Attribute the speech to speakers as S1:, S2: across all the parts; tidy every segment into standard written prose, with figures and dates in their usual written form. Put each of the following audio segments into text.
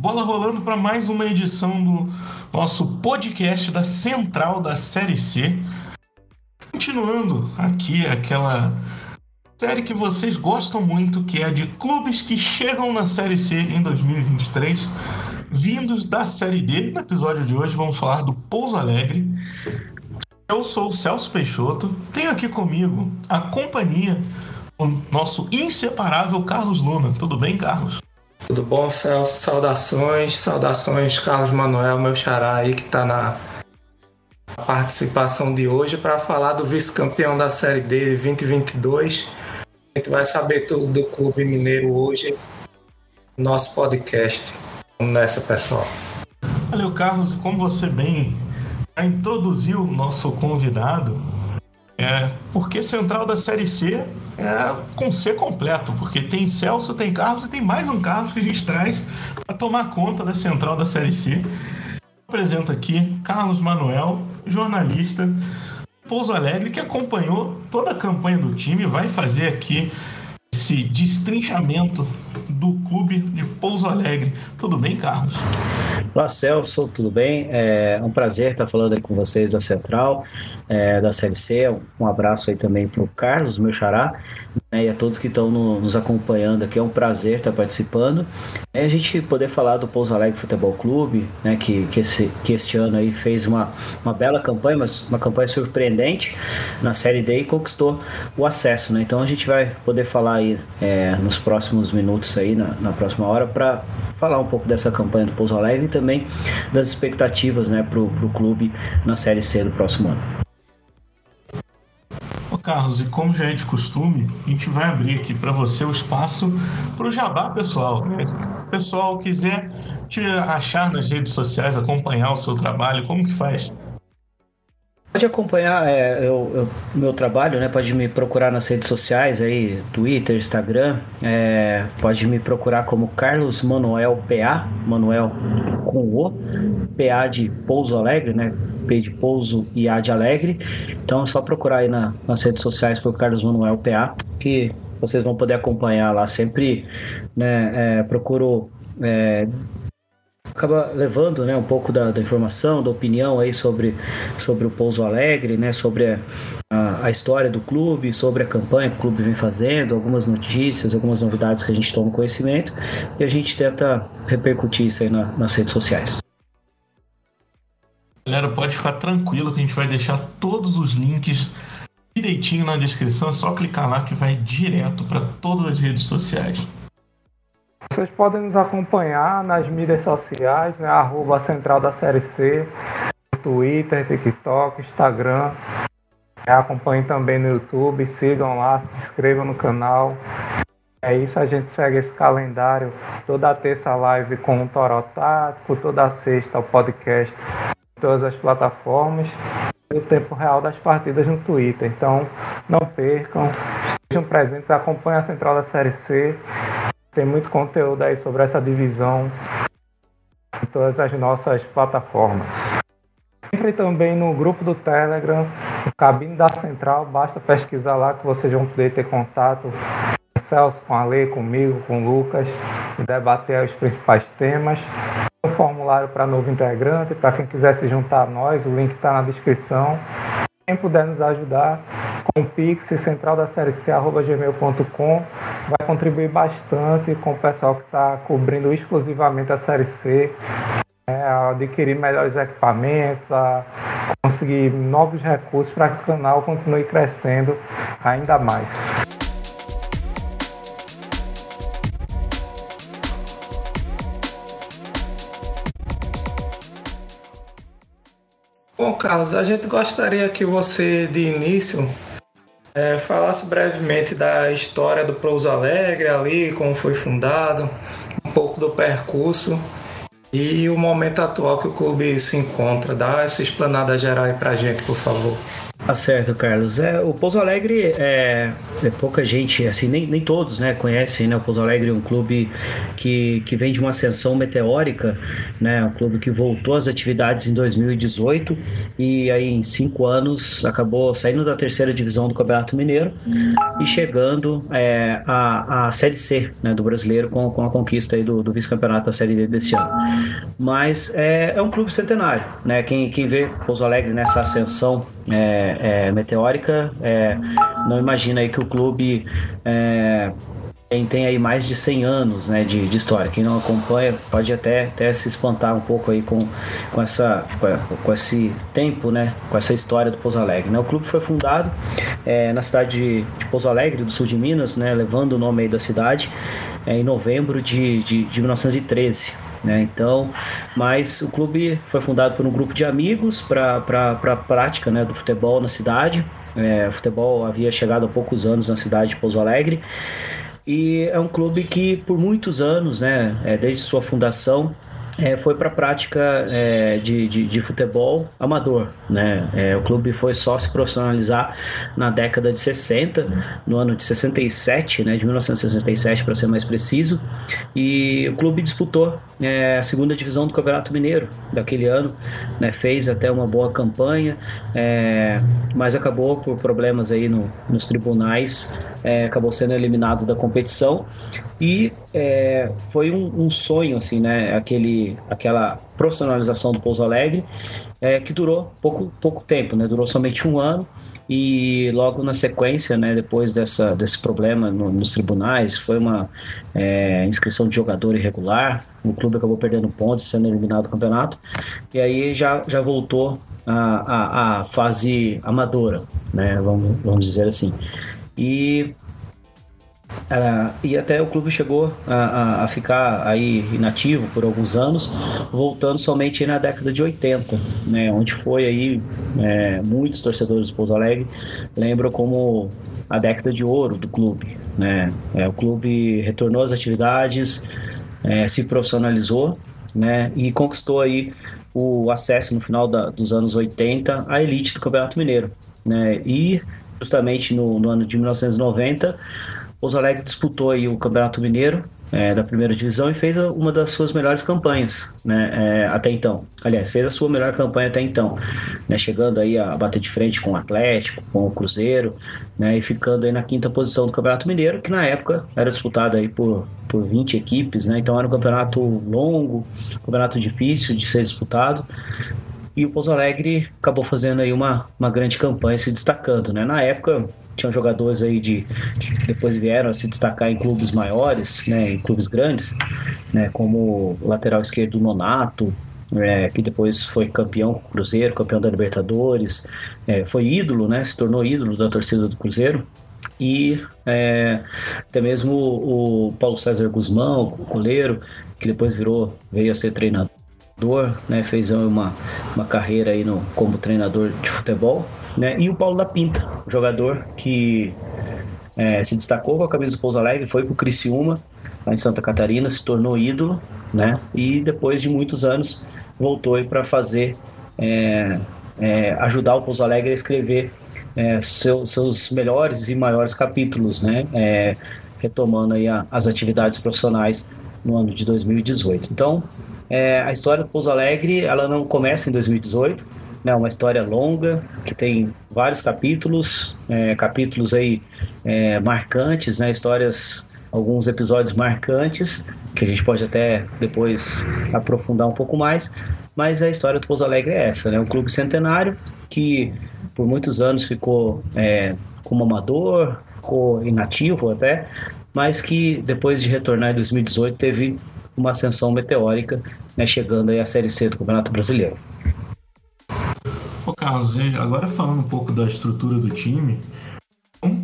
S1: Bola rolando para mais uma edição do nosso podcast da Central da Série C. Continuando aqui aquela série que vocês gostam muito, que é a de clubes que chegam na Série C em 2023, vindos da Série D. No episódio de hoje vamos falar do Pouso Alegre. Eu sou o Celso Peixoto, tenho aqui comigo a companhia do nosso inseparável Carlos Luna. Tudo bem, Carlos?
S2: Tudo bom, Celso? Saudações, Carlos Manuel, meu xará aí que está na participação de hoje para falar do vice-campeão da Série D 2022. A gente vai saber tudo do Clube Mineiro hoje no nosso podcast. Vamos nessa, pessoal.
S1: Valeu, Carlos. Como você bem introduziu o nosso convidado, porque Central da Série C é com C completo, porque tem Celso, tem Carlos e tem mais um Carlos que a gente traz para tomar conta da Central da Série C. Apresento aqui Carlos Manuel, jornalista Pouso Alegre, que acompanhou toda a campanha do time, vai fazer aqui esse destrinchamento do clube de Pouso Alegre. Tudo bem, Carlos?
S3: Olá, Celso, tudo bem? É um prazer estar falando aí com vocês da Central, da Série C. Um abraço aí também para o Carlos, meu xará, e a todos que estão nos acompanhando aqui. É um prazer estar participando. A gente poder falar do Pouso Alegre Futebol Clube, né, que este ano aí fez uma bela campanha, mas uma campanha surpreendente na Série D e conquistou o acesso, né? Então a gente vai poder falar aí nos próximos minutos aí, na próxima hora, para falar um pouco dessa campanha do Pouso Alegre e também das expectativas, né, para o clube na Série C do próximo ano.
S1: Ô Carlos, e como já é de costume, a gente vai abrir aqui para você o espaço para o jabá pessoal. Se o pessoal quiser te achar nas redes sociais, acompanhar o seu trabalho, como que faz?
S3: Pode acompanhar meu trabalho, né? Pode me procurar nas redes sociais aí, Twitter, Instagram, pode me procurar como Carlos Manuel PA, Manuel com o PA de Pouso Alegre, né? P de Pouso e A de Alegre. Então é só procurar aí nas redes sociais por Carlos Manuel PA, que vocês vão poder acompanhar lá. Sempre, né, procuro acaba levando, né, um pouco da informação, da opinião aí sobre o Pouso Alegre, né, sobre a história do clube, sobre a campanha que o clube vem fazendo, algumas notícias, algumas novidades que a gente toma conhecimento e a gente tenta repercutir isso aí nas redes sociais.
S1: Galera, pode ficar tranquilo que a gente vai deixar todos os links direitinho na descrição, é só clicar lá que vai direto para todas as redes sociais.
S2: Vocês podem nos acompanhar nas mídias sociais, né? @Central da Série C, Twitter, TikTok, Instagram. Acompanhem também no YouTube, sigam lá, se inscrevam no canal. É isso, a gente segue esse calendário. Toda terça live com o Toró Tático, toda sexta o podcast em todas as plataformas. E o tempo real das partidas no Twitter. Então, não percam, estejam presentes, acompanhem a Central da Série C. Tem muito conteúdo aí sobre essa divisão em todas as nossas plataformas. Entre também no grupo do Telegram, no Cabine da Central, basta pesquisar lá que vocês vão poder ter contato com o Celso, com a Lê, comigo, com o Lucas, e debater os principais temas. Um formulário para novo integrante, para quem quiser se juntar a nós, o link está na descrição. Quem puder nos ajudar com o Pix, centraldaseriec@gmail.com, vai contribuir bastante com o pessoal que está cobrindo exclusivamente a Série C, a adquirir melhores equipamentos, a conseguir novos recursos para que o canal continue crescendo ainda mais. Bom, Carlos, a gente gostaria que você, de início, falasse brevemente da história do Pouso Alegre ali, como foi fundado, um pouco do percurso e o momento atual que o clube se encontra. Dá essa explanada geral aí pra gente, por favor.
S3: Tá certo, Carlos. O Pouso Alegre pouca gente, assim, nem todos, né, conhecem, né? O Pouso Alegre é um clube que vem de uma ascensão meteórica, né? Um clube que voltou às atividades em 2018 e aí em 5 anos acabou saindo da terceira divisão do Campeonato Mineiro e chegando à Série C, né, do Brasileiro com a conquista aí do vice-campeonato da Série D desse ano. Mas é um clube centenário, né? Quem vê Pouso Alegre nessa ascensão meteórica, não imagina aí que o clube tem aí mais de 100 anos, né, de história. Quem não acompanha pode até se espantar um pouco aí com esse tempo, né, com essa história do Pouso Alegre, né? O clube foi fundado na cidade de Pouso Alegre, do sul de Minas, né, levando o nome aí da cidade, em novembro de 1913. Né? Então, mas o clube foi fundado por um grupo de amigos para a prática, né, do futebol na cidade. O futebol havia chegado há poucos anos na cidade de Pouso Alegre e é um clube que por muitos anos, né, desde sua fundação, foi para a prática de futebol amador, né? O clube foi só se profissionalizar na década de 60, no ano de 67, né? De 1967 para ser mais preciso, e o clube disputou a segunda divisão do Campeonato Mineiro daquele ano, né? Fez até uma boa campanha, mas acabou por problemas aí nos tribunais, acabou sendo eliminado da competição e foi um sonho, assim, né? Aquela profissionalização do Pouso Alegre, que durou pouco tempo, né? Durou somente 1 ano e logo na sequência, né? Depois desse problema nos tribunais, foi uma inscrição de jogador irregular, o clube acabou perdendo pontos, sendo eliminado do campeonato e aí já voltou à fase amadora, né? Vamos dizer assim. E até o clube chegou a ficar aí inativo por alguns anos, voltando somente na década de 80, né, onde foi aí muitos torcedores do Pouso Alegre lembram como a década de ouro do clube, né? O clube retornou às atividades, se profissionalizou, né, e conquistou aí o acesso no final dos anos 80 à elite do Campeonato Mineiro, né? E justamente no ano de 1990 Pouso Alegre disputou aí o Campeonato Mineiro da primeira divisão e fez uma das suas melhores campanhas, né, até então. Aliás, fez a sua melhor campanha até então, né, chegando aí a bater de frente com o Atlético, com o Cruzeiro, né, e ficando aí na 5ª posição do Campeonato Mineiro, que na época era disputado aí por 20 equipes, né, então era um campeonato longo, um campeonato difícil de ser disputado. E o Pouso Alegre acabou fazendo aí uma grande campanha, se destacando, né? Na época, tinham jogadores aí que depois vieram a se destacar em clubes maiores, né? Em clubes grandes, né? Como o lateral esquerdo Nonato, que depois foi campeão com o Cruzeiro, campeão da Libertadores, foi ídolo, né? Se tornou ídolo da torcida do Cruzeiro. E até mesmo o Paulo César Guzmão, o goleiro, que depois veio a ser treinador, né, fez uma carreira aí como treinador de futebol, né, e o Paulo da Pinta, jogador que se destacou com a camisa do Pouso Alegre, foi pro Criciúma, lá em Santa Catarina, se tornou ídolo, né, e depois de muitos anos voltou aí para fazer, ajudar o Pouso Alegre a escrever seus melhores e maiores capítulos, né, retomando aí as atividades profissionais no ano de 2018. Então, a história do Pouso Alegre, ela não começa em 2018, né? É uma história longa, que tem vários capítulos aí marcantes, né? Alguns episódios marcantes, que a gente pode até depois aprofundar um pouco mais, mas a história do Pouso Alegre é essa, né? Um clube centenário que por muitos anos ficou como amador, ficou inativo até, mas que depois de retornar em 2018 teve uma ascensão meteórica, né, chegando aí à Série C do Campeonato Brasileiro.
S1: Ô Carlos, agora falando um pouco da estrutura do time, como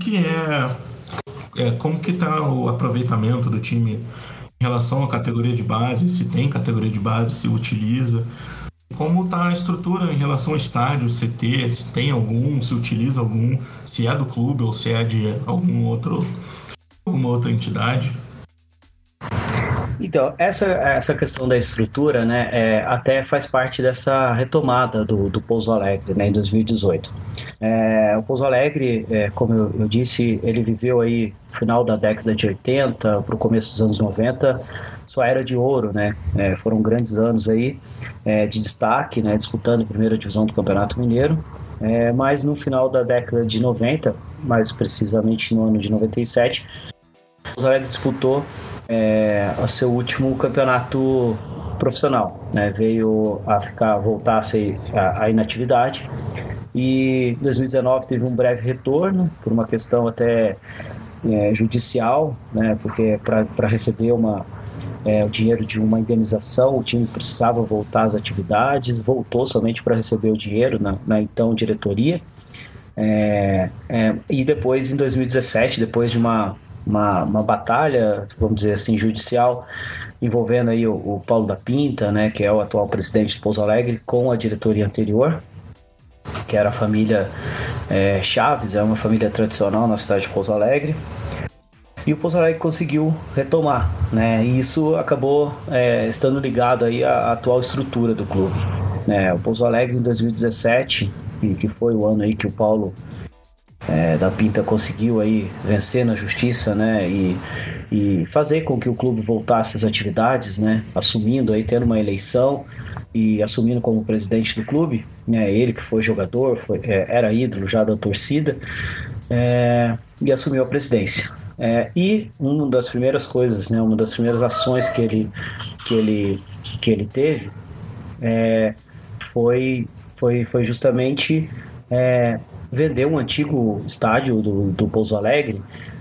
S1: que está o aproveitamento do time em relação à categoria de base, se tem categoria de base, se utiliza, como está a estrutura em relação ao estádio, CT, se tem algum, se utiliza algum, se é do clube ou se é de alguma outra entidade?
S3: Então, essa questão da estrutura, né, até faz parte dessa retomada do Pouso Alegre, né, em 2018. O Pouso Alegre, como eu disse, ele viveu aí no final da década de 80 para o começo dos anos 90, sua era de ouro, né? Foram grandes anos aí de destaque, né, disputando a primeira divisão do Campeonato Mineiro, mas no final da década de 90, mais precisamente no ano de 97, o Pouso Alegre disputou o seu último campeonato profissional, né? Veio a voltar-se à inatividade, e em 2019 teve um breve retorno por uma questão até judicial, né? Porque para receber o dinheiro de uma indenização, o time precisava voltar às atividades, voltou somente para receber o dinheiro na então diretoria, e depois em 2017, depois de uma batalha, vamos dizer assim, judicial, envolvendo aí o Paulo da Pinta, né, que é o atual presidente do Pouso Alegre, com a diretoria anterior, que era a família Chaves, é uma família tradicional na cidade de Pouso Alegre, e o Pouso Alegre conseguiu retomar, né, e isso acabou estando ligado aí à atual estrutura do clube, né. O Pouso Alegre em 2017, que foi o ano aí que o Paulo da Pinta conseguiu aí vencer na justiça, né, e fazer com que o clube voltasse às atividades, né, assumindo aí, tendo uma eleição e assumindo como presidente do clube, né, ele que foi jogador, era ídolo já da torcida, e assumiu a presidência. E uma das primeiras coisas, né, uma das primeiras ações que ele teve foi justamente vender um antigo estádio do Pouso Alegre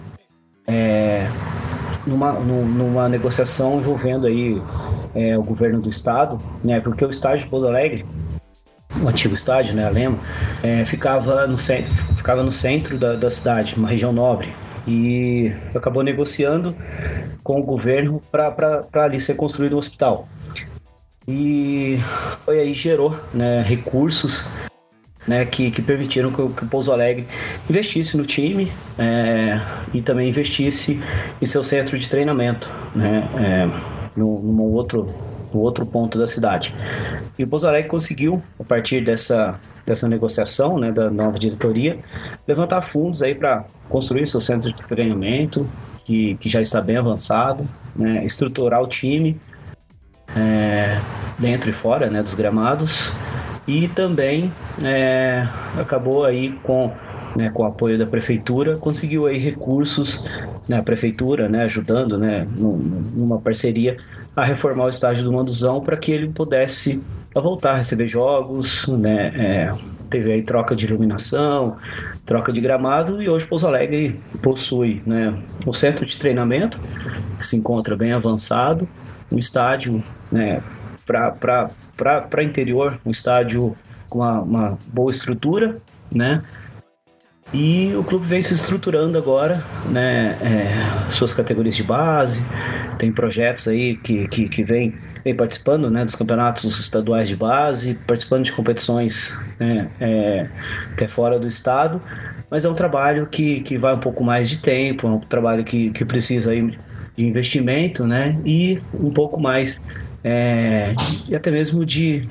S3: numa negociação envolvendo aí o governo do estado, né? Porque o estádio de Pouso Alegre, o antigo estádio, né, a Lema, ficava no centro da cidade, numa região nobre, e acabou negociando com o governo para ali ser construído um hospital. E foi aí gerou, né, recursos, né, que permitiram que o Pouso Alegre investisse no time e também investisse em seu centro de treinamento, né, no outro ponto da cidade. E o Pouso Alegre conseguiu, a partir dessa negociação, né, da nova diretoria, levantar fundos aí para construir seu centro de treinamento, que já está bem avançado, né, estruturar o time dentro e fora, né, dos gramados. E também acabou aí com o apoio da prefeitura, conseguiu aí recursos, né, a prefeitura, né, ajudando, né, numa parceria a reformar o estádio do Manduzão para que ele pudesse voltar a receber jogos, né, teve aí troca de iluminação, troca de gramado, e hoje Pouso Alegre possui, né, o centro de treinamento, que se encontra bem avançado, um estádio, né, para interior, um estádio com uma boa estrutura, né? E o clube vem se estruturando agora, né? Suas categorias de base, tem projetos aí que vem participando, né, dos campeonatos estaduais de base, participando de competições, né, até fora do estado, mas é um trabalho que vai um pouco mais de tempo, é um trabalho que precisa aí de investimento, né? E um pouco mais e até mesmo de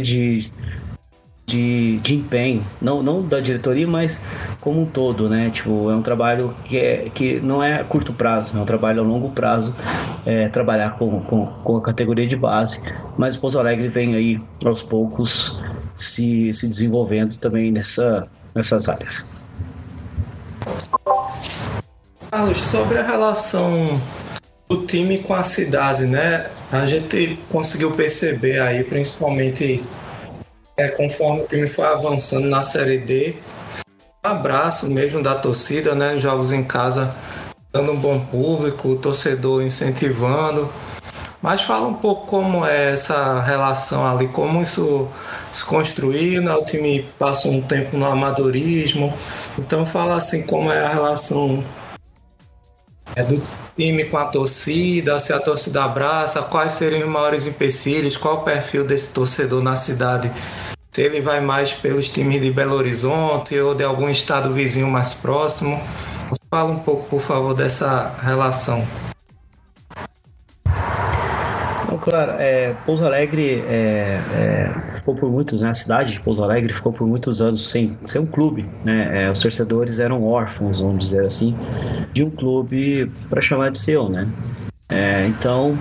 S3: empenho, não da diretoria, mas como um todo, né? Tipo, é um trabalho que não é a curto prazo, é um trabalho a longo prazo, trabalhar com a categoria de base, mas o Pouso Alegre vem aí aos poucos se desenvolvendo também nessas áreas.
S4: Carlos, sobre a relação do time com a cidade, né? A gente conseguiu perceber aí, principalmente conforme o time foi avançando na Série D, um abraço mesmo da torcida, né? Jogos em casa dando um bom público, o torcedor incentivando. Mas fala um pouco como é essa relação ali, como isso se construiu, né? O time passou um tempo no amadorismo. Então fala assim como é a relação do time com a torcida, se a torcida abraça, quais seriam os maiores empecilhos, qual o perfil desse torcedor na cidade, se ele vai mais pelos times de Belo Horizonte ou de algum estado vizinho mais próximo. Fala um pouco, por favor, dessa relação.
S3: claro, Pouso Alegre ficou por muitos, né? A cidade de Pouso Alegre ficou por muitos anos sem um clube, né? Os torcedores eram órfãos, vamos dizer assim, de um clube para chamar de seu, né? Então,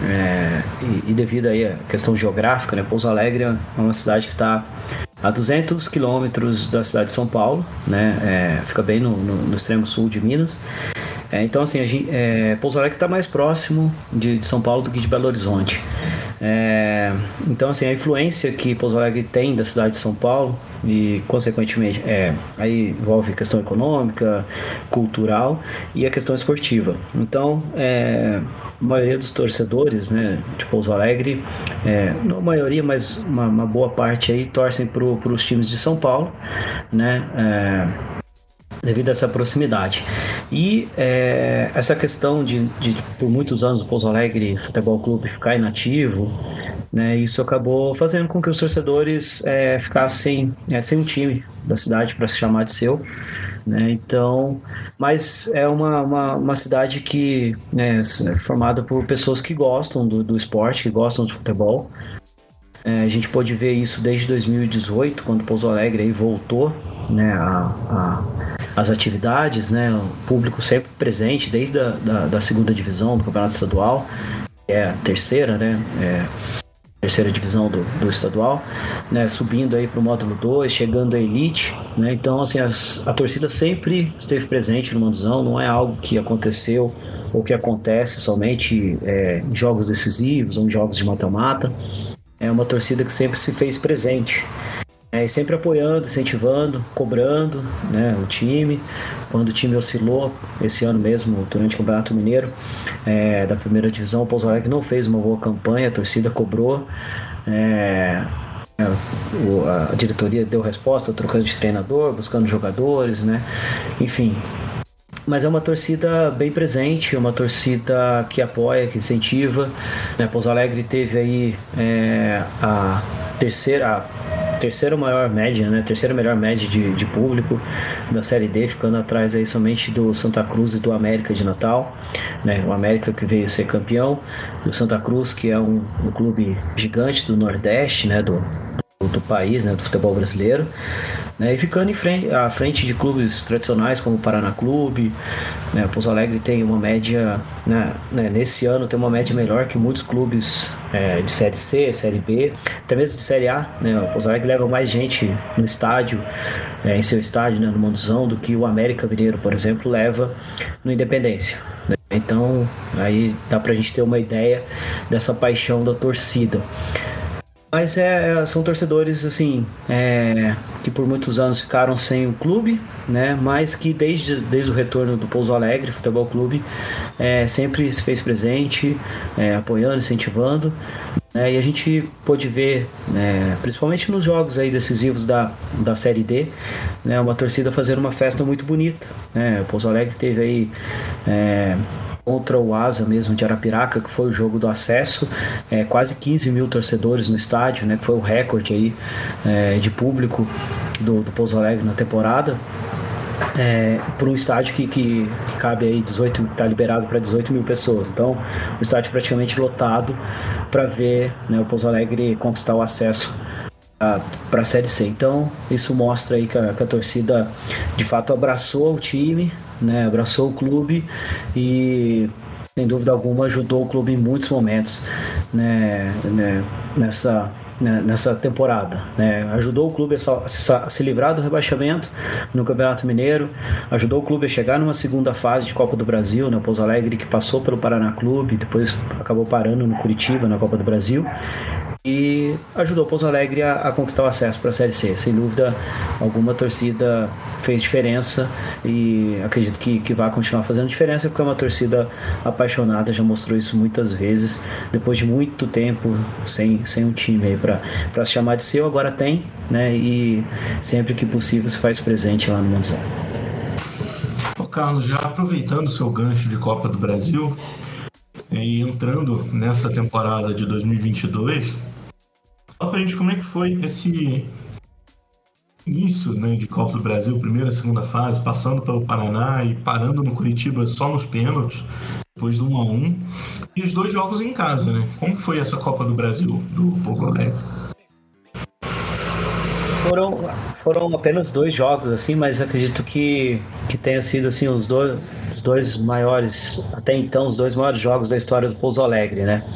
S3: devido aí à questão geográfica, né? Pouso Alegre é uma cidade que está a 200 quilômetros da cidade de São Paulo, né? Fica bem no extremo sul de Minas. Então, assim, Pouso Alegre está mais próximo de São Paulo do que de Belo Horizonte. Então, assim, a influência que Pouso Alegre tem da cidade de São Paulo e, consequentemente, aí envolve questão econômica, cultural e a questão esportiva. Então, a maioria dos torcedores, né, de Pouso Alegre, não a maioria, mas uma boa parte aí, torcem para os times de São Paulo, né, devido a essa proximidade. E essa questão de por muitos anos o Pouso Alegre Futebol Clube ficar inativo, né, isso acabou fazendo com que os torcedores ficassem sem um time da cidade para se chamar de seu, né? Então, mas é uma cidade que é formada por pessoas que gostam do esporte, que gostam de futebol. A gente pôde ver isso desde 2018, quando o Pouso Alegre aí voltou, né, as atividades, né, o público sempre presente, desde da segunda divisão do Campeonato Estadual, que é a terceira, né, terceira divisão do estadual, né, subindo aí para o módulo 2, chegando à elite, né, então assim, a torcida sempre esteve presente no Manduzão, não é algo que aconteceu ou que acontece somente em jogos decisivos ou em jogos de mata-mata. É uma torcida que sempre se fez presente, sempre apoiando, incentivando, cobrando, né, o time. Quando o time oscilou, esse ano mesmo, durante o Campeonato Mineiro, da primeira divisão, o Pouso Alegre não fez uma boa campanha, a torcida cobrou, a diretoria deu resposta, trocando de treinador, buscando jogadores, né, enfim. Mas é uma torcida bem presente, uma torcida que apoia, que incentiva, né? Pouso Alegre teve aí a terceira maior média, né? Terceira melhor média de público da Série D, ficando atrás aí somente do Santa Cruz e do América de Natal, né? O América que veio ser campeão, do Santa Cruz, que é um clube gigante do Nordeste, né? Do país, né? Do futebol brasileiro. E ficando à frente de clubes tradicionais como o Paraná Clube, né, o Pouso Alegre tem uma média, né, nesse ano tem uma média melhor que muitos clubes de Série C, Série B, até mesmo de Série A, né, o Pouso Alegre leva mais gente no estádio, em seu estádio, né, no Manduzão, do que o América Mineiro, por exemplo, leva no Independência. Né? Então, aí dá pra gente ter uma ideia dessa paixão da torcida. Mas são torcedores assim, que por muitos anos ficaram sem o clube, né? Mas que desde o retorno do Pouso Alegre Futebol Clube sempre se fez presente, apoiando, incentivando. E a gente pôde ver, principalmente nos jogos aí decisivos da Série D, né, uma torcida fazendo uma festa muito bonita. Né? O Pouso Alegre teve aí contra o Asa mesmo de Arapiraca, que foi o jogo do acesso, quase 15 mil torcedores no estádio, né, que foi o recorde aí, de público do Pouso Alegre na temporada, por um estádio que cabe aí 18, está liberado para 18 mil pessoas, então o estádio praticamente lotado para ver, né, o Pouso Alegre conquistar o acesso para a Série C. Então isso mostra aí que a torcida de fato abraçou o time, né, abraçou o clube e sem dúvida alguma ajudou o clube em muitos momentos, né, nessa temporada, né? Ajudou o clube a se livrar do rebaixamento no Campeonato Mineiro, ajudou o clube a chegar numa segunda fase de Copa do Brasil, né? O Pouso Alegre, que passou pelo Paraná Clube, depois acabou parando no Curitiba na Copa do Brasil, e ajudou o Pouso Alegre a conquistar o acesso para a Série C. Sem dúvida alguma, a torcida fez diferença e acredito que vai continuar fazendo diferença, porque é uma torcida apaixonada, já mostrou isso muitas vezes, depois de muito tempo sem um time aí para se chamar de seu, agora tem, né, e sempre que possível se faz presente lá no Manduzão.
S1: Carlos, já aproveitando o seu gancho de Copa do Brasil e entrando nessa temporada de 2022, fala pra gente como é que foi início, né, de Copa do Brasil, primeira, segunda fase, passando pelo Paraná e parando no Curitiba só nos pênaltis, depois do 1-1, e os 2 jogos em casa, né? Como foi essa Copa do Brasil do Pouso Alegre?
S3: Foram apenas 2 jogos, assim, mas acredito que tenha sido assim os dois maiores, até então, os 2 maiores jogos da história do Pouso Alegre, né?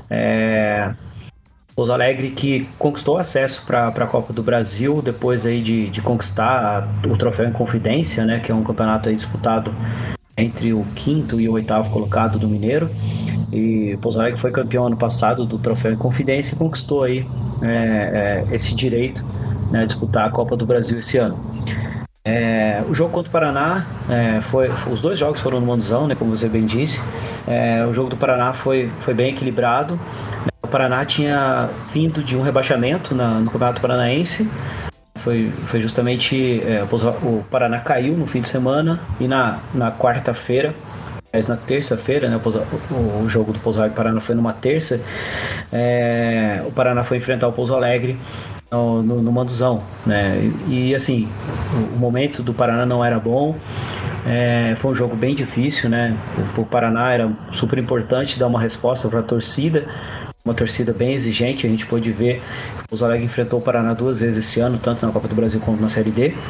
S3: Pouso Alegre que conquistou acesso para a Copa do Brasil depois aí de conquistar o troféu Inconfidência, né? Que é um campeonato aí disputado entre o 5º e o 8º colocado do Mineiro. E Pouso Alegre foi campeão ano passado do troféu Inconfidência e conquistou aí esse direito, né, disputar a Copa do Brasil esse ano. O jogo contra o Paraná, os 2 jogos foram no Manduzão, né, como você bem disse. O jogo do Paraná foi bem equilibrado. O Paraná tinha vindo de um rebaixamento no Campeonato Paranaense. Foi justamente o Paraná caiu no fim de semana e na quarta-feira, mas na terça-feira, né, o jogo do Pouso Alegre Paraná foi numa terça. O Paraná foi enfrentar o Pouso Alegre no Manduzão, né? E assim, o momento do Paraná não era bom. Foi um jogo bem difícil, né? O Paraná era super importante dar uma resposta para a torcida, uma torcida bem exigente. A gente pôde ver que o Pouso Alegre enfrentou o Paraná 2 vezes esse ano, tanto na Copa do Brasil quanto na Série D.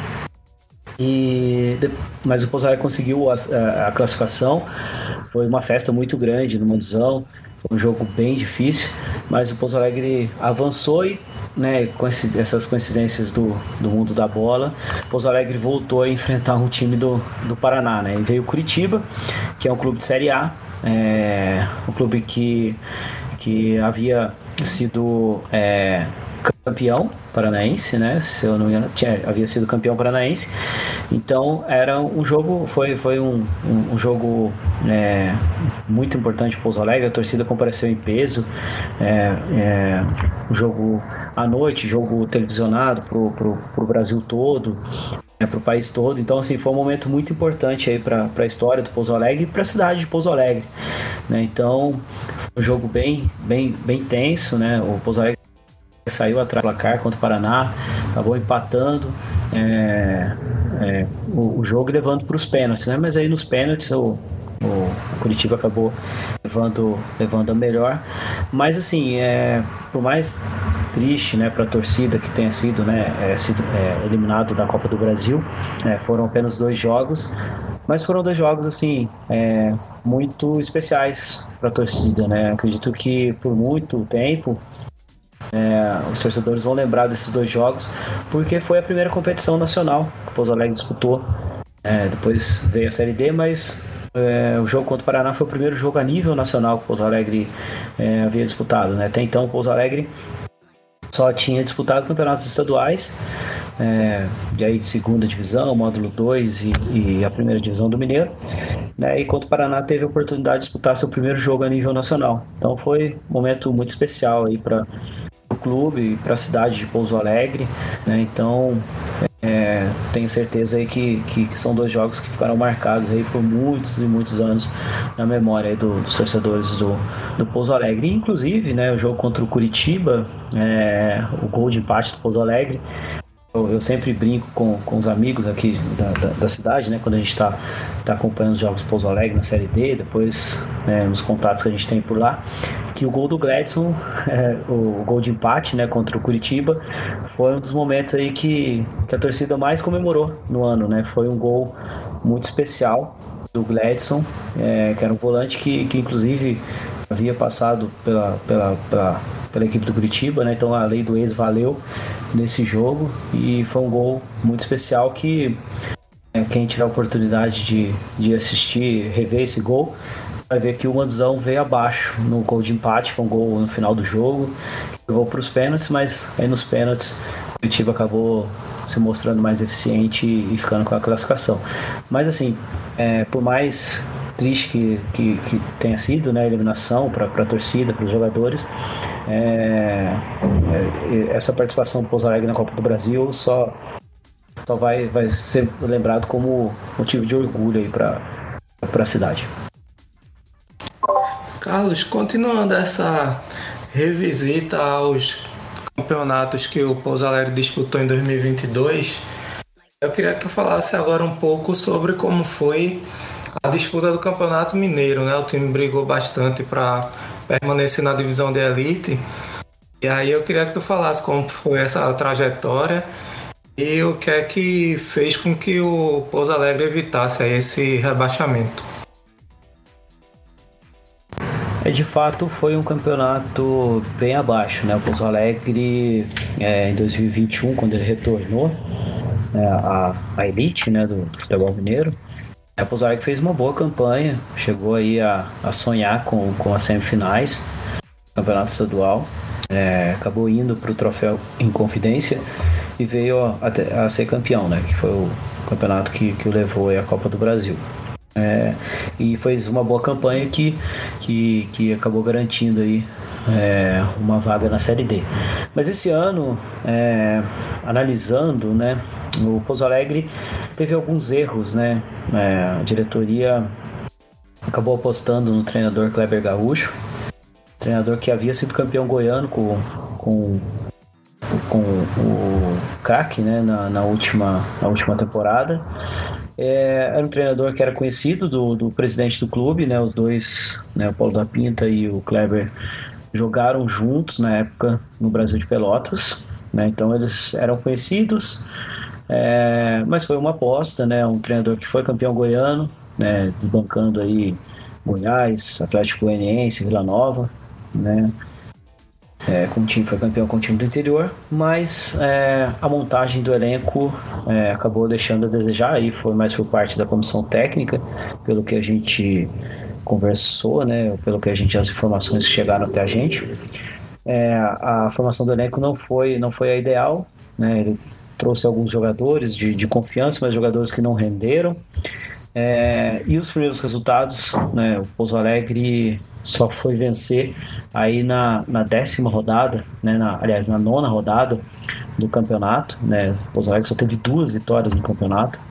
S3: Mas o Pouso Alegre conseguiu a classificação. Foi uma festa muito grande no Manduzão. Foi um jogo bem difícil, mas o Pouso Alegre avançou e, né, com essas coincidências do mundo da bola, o Pouso Alegre voltou a enfrentar um time do Paraná, né? E veio o Curitiba, que é um clube de Série A, um clube que havia sido campeão paranaense, né? Se eu não me engano, havia sido campeão paranaense. Então era um jogo, foi um jogo muito importante para o Pouso Alegre. A torcida compareceu em peso. Um jogo à noite, jogo televisionado pro Brasil todo, pro país todo. Então assim, foi um momento muito importante aí para a história do Pouso Alegre e para a cidade de Pouso Alegre, né? Então um jogo bem tenso, né? O Pouso Alegre saiu atrás do placar contra o Paraná, acabou empatando o jogo e levando para os pênaltis, né? Mas aí nos pênaltis o Curitiba acabou levando a melhor. Mas assim, por mais triste, né, para a torcida que tenha sido, né, eliminado da Copa do Brasil, foram apenas 2 jogos, mas foram 2 jogos assim muito especiais para a torcida, né? Acredito que por muito tempo os torcedores vão lembrar desses 2 jogos, porque foi a primeira competição nacional que o Pouso Alegre disputou. Depois veio a Série D, mas o jogo contra o Paraná foi o primeiro jogo a nível nacional que o Pouso Alegre havia disputado, né? Até então o Pouso Alegre só tinha disputado campeonatos estaduais, de segunda divisão, módulo 2 e a primeira divisão do Mineiro, né? E contra o Paraná teve a oportunidade de disputar seu primeiro jogo a nível nacional. Então foi um momento muito especial aí para o clube, para a cidade de Pouso Alegre, né? Então tenho certeza aí que são 2 jogos que ficaram marcados aí por muitos e muitos anos na memória aí dos torcedores do Pouso Alegre. E, inclusive, né, o jogo contra o Curitiba, o gol de empate do Pouso Alegre, eu sempre brinco com os amigos aqui da cidade, né, quando a gente está acompanhando os jogos do Pouso Alegre na Série D, depois nos contatos que a gente tem por lá, que o gol do Gladson, o gol de empate, né, contra o Curitiba, foi um dos momentos aí que a torcida mais comemorou no ano, né? Foi um gol muito especial do Gladson, que era um volante que inclusive havia passado pela equipe do Curitiba, né? Então a lei do ex valeu nesse jogo e foi um gol muito especial que quem tiver a oportunidade de assistir, rever esse gol, vai ver que o Manduzão veio abaixo no gol de empate. Foi um gol no final do jogo, levou para os pênaltis, mas aí nos pênaltis o Curitiba acabou se mostrando mais eficiente e ficando com a classificação. Mas assim, por mais triste que tenha sido, né, a eliminação para a torcida, para os jogadores, essa participação do Pouso Alegre na Copa do Brasil só vai ser lembrado como motivo de orgulho aí para a cidade.
S4: Carlos, continuando essa revisita aos campeonatos que o Pouso Alegre disputou em 2022. Eu queria que tu falasse agora um pouco sobre como foi a disputa do Campeonato Mineiro, né? O time brigou bastante para permanecer na divisão de elite. E aí eu queria que tu falasse como foi essa trajetória e o que é que fez com que o Pouso Alegre evitasse aí esse rebaixamento.
S3: De fato, foi um campeonato bem abaixo, né? O Pouso Alegre, em 2021, quando ele retornou à elite, né, do futebol mineiro, o Pouso Alegre fez uma boa campanha, chegou aí a sonhar com as semifinais do campeonato estadual, acabou indo para o troféu Inconfidência e veio a ser campeão, né? Que foi o campeonato que o levou aí à Copa do Brasil. E fez uma boa campanha que acabou garantindo aí uma vaga na Série D. Mas esse ano, analisando, né, o Pouso Alegre teve alguns erros, né? A diretoria acabou apostando no treinador Kleber Gaúcho, treinador que havia sido campeão goiano com o CAC, né, na última temporada. Era um treinador que era conhecido do presidente do clube, né? Os dois, né, o Paulo da Pinta e o Kleber, jogaram juntos na época no Brasil de Pelotas, né? Então eles eram conhecidos, mas foi uma aposta, né? Um treinador que foi campeão goiano, né? Desbancando aí Goiás, Atlético Goianiense, Vila Nova, né? Como time foi campeão com o time do interior, mas a montagem do elenco acabou deixando a desejar, aí foi mais por parte da comissão técnica, pelo que a gente conversou, né, as informações que chegaram até a gente. A formação do elenco não foi a ideal, né, ele trouxe alguns jogadores de confiança, mas jogadores que não renderam. E os primeiros resultados, né, o Pouso Alegre só foi vencer aí na 10ª rodada, né, na 9ª rodada do campeonato, né. O Pouso Alegre só teve 2 vitórias no campeonato,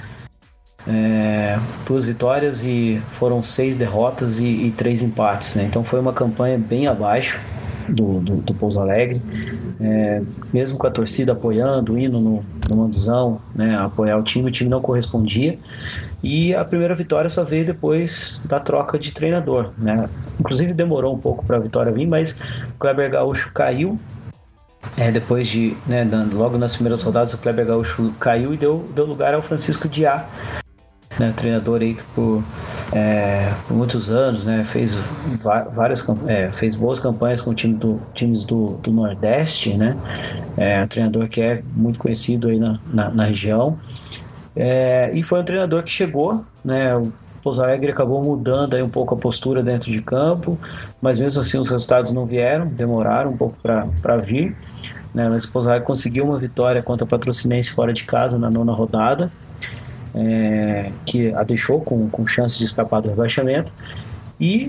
S3: 2 vitórias e foram 6 derrotas e 3 empates, né. Então foi uma campanha bem abaixo do Pouso Alegre, mesmo com a torcida apoiando, indo no Manduzão, né, apoiar o time não correspondia. E a primeira vitória só veio depois da troca de treinador, né? Inclusive demorou um pouco para a vitória vir, mas o Kleber Gaúcho caiu. Depois de, né, logo nas primeiras rodadas, o Kleber Gaúcho caiu e deu lugar ao Francisco Diá, né, treinador aí que por muitos anos, né, fez boas campanhas com times do Nordeste, né? Um treinador que é muito conhecido aí na região. E foi um treinador que chegou, né? O Pouso Alegre acabou mudando aí um pouco a postura dentro de campo, mas mesmo assim os resultados não vieram, demoraram um pouco para vir, né? Mas o Pouso Alegre conseguiu uma vitória contra o Patrocinense fora de casa na 9ª rodada, que a deixou com chance de escapar do rebaixamento, e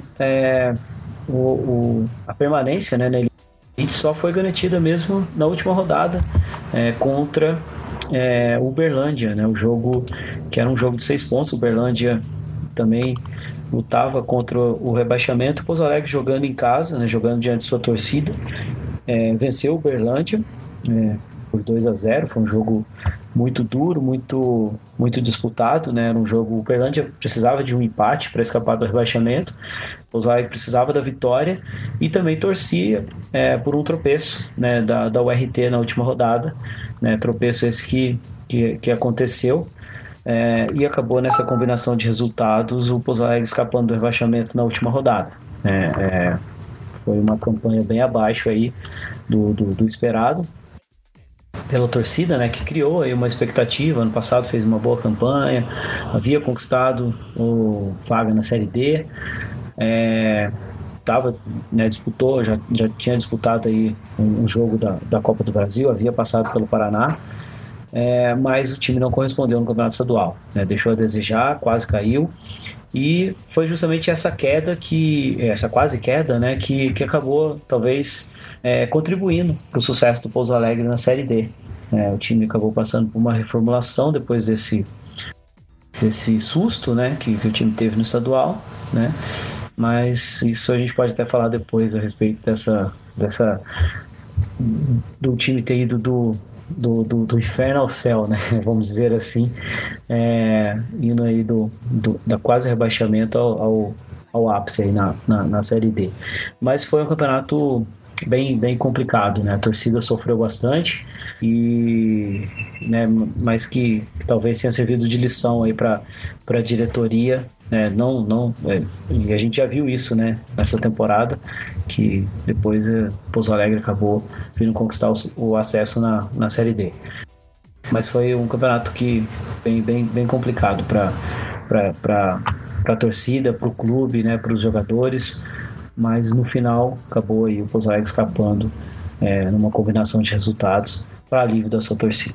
S3: a permanência, né, na elite só foi garantida mesmo na última rodada, contra o Uberlândia, né? O jogo que era um jogo de 6 pontos. O Uberlândia também lutava contra o rebaixamento. O Pouso Alegre jogando em casa, né? Jogando diante de sua torcida, venceu o Uberlândia por 2-0. Foi um jogo muito duro, muito, muito disputado, né? Era um jogo, o Uberlândia precisava de um empate para escapar do rebaixamento. O Pouso Alegre precisava da vitória e também torcia por um tropeço, né, da URT na última rodada, né? Tropeço esse que aconteceu, e acabou nessa combinação de resultados o Pouso Alegre escapando do rebaixamento na última rodada. Foi uma campanha bem abaixo aí do esperado pela torcida, né, que criou aí uma expectativa. Ano passado fez uma boa campanha, havia conquistado o vaga na Série D, disputou, já tinha disputado aí um jogo da Copa do Brasil, havia passado pelo Paraná, mas o time não correspondeu no Campeonato Estadual, né, deixou a desejar, quase caiu, e foi justamente essa quase queda, né, que acabou talvez contribuindo para o sucesso do Pouso Alegre na Série D. O time acabou passando por uma reformulação depois desse susto, né, que o time teve no estadual, né? Mas isso a gente pode até falar depois a respeito dessa do time ter ido do inferno ao céu, né? Vamos dizer assim, indo aí da quase rebaixamento ao ápice aí na Série D. Mas foi um campeonato bem complicado, né? A torcida sofreu bastante e, né, mas que talvez tenha servido de lição aí para a diretoria, né? E a gente já viu isso, né, nessa temporada, que depois Pouso Alegre acabou vindo conquistar o acesso na Série D. Mas foi um campeonato que bem complicado para a torcida, para o clube, né, para os jogadores. Mas no final acabou aí o Pouso Alegre escapando numa combinação de resultados para alívio da sua torcida.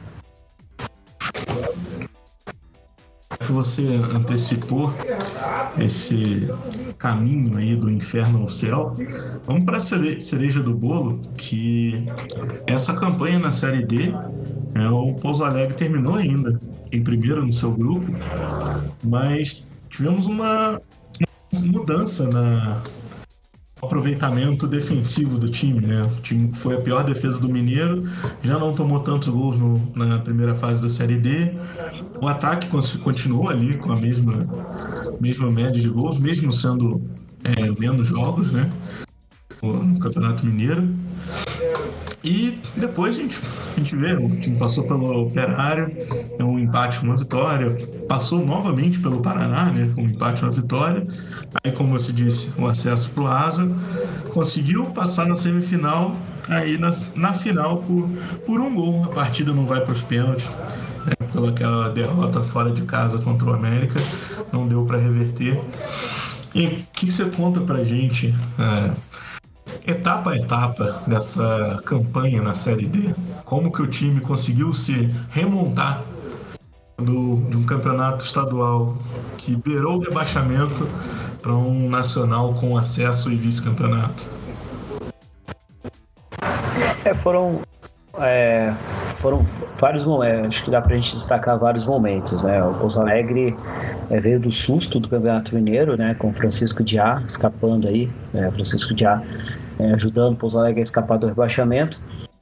S1: Que você antecipou esse caminho aí do inferno ao céu, vamos para a cereja do bolo, que essa campanha na Série D, o Pouso Alegre terminou ainda em primeiro no seu grupo, mas tivemos uma mudança no aproveitamento defensivo do time, né? O time foi a pior defesa do Mineiro, já não tomou tantos gols na primeira fase da Série D. O ataque continuou ali com a mesma média de gols, mesmo sendo menos jogos, né? No Campeonato Mineiro. E depois a gente vê, o time passou pelo Operário, um empate, uma vitória, passou novamente pelo Paraná, né, um empate, uma vitória. Aí, como você disse, o acesso para o Asa, conseguiu passar na semifinal, aí na final por um gol. A partida não vai para os pênaltis, pela aquela derrota fora de casa contra o América, não deu para reverter. E o que você conta para a gente, etapa a etapa dessa campanha na Série D? Como que o time conseguiu se remontar de um campeonato estadual que beirou o rebaixamento para um nacional com acesso e vice-campeonato?
S3: Foram vários momentos, acho que dá pra gente destacar vários momentos, né? O Pouso Alegre veio do susto do Campeonato Mineiro, né? Com o Francisco Diá escapando aí, Francisco Diá ajudando o Pouso Alegre a escapar do rebaixamento.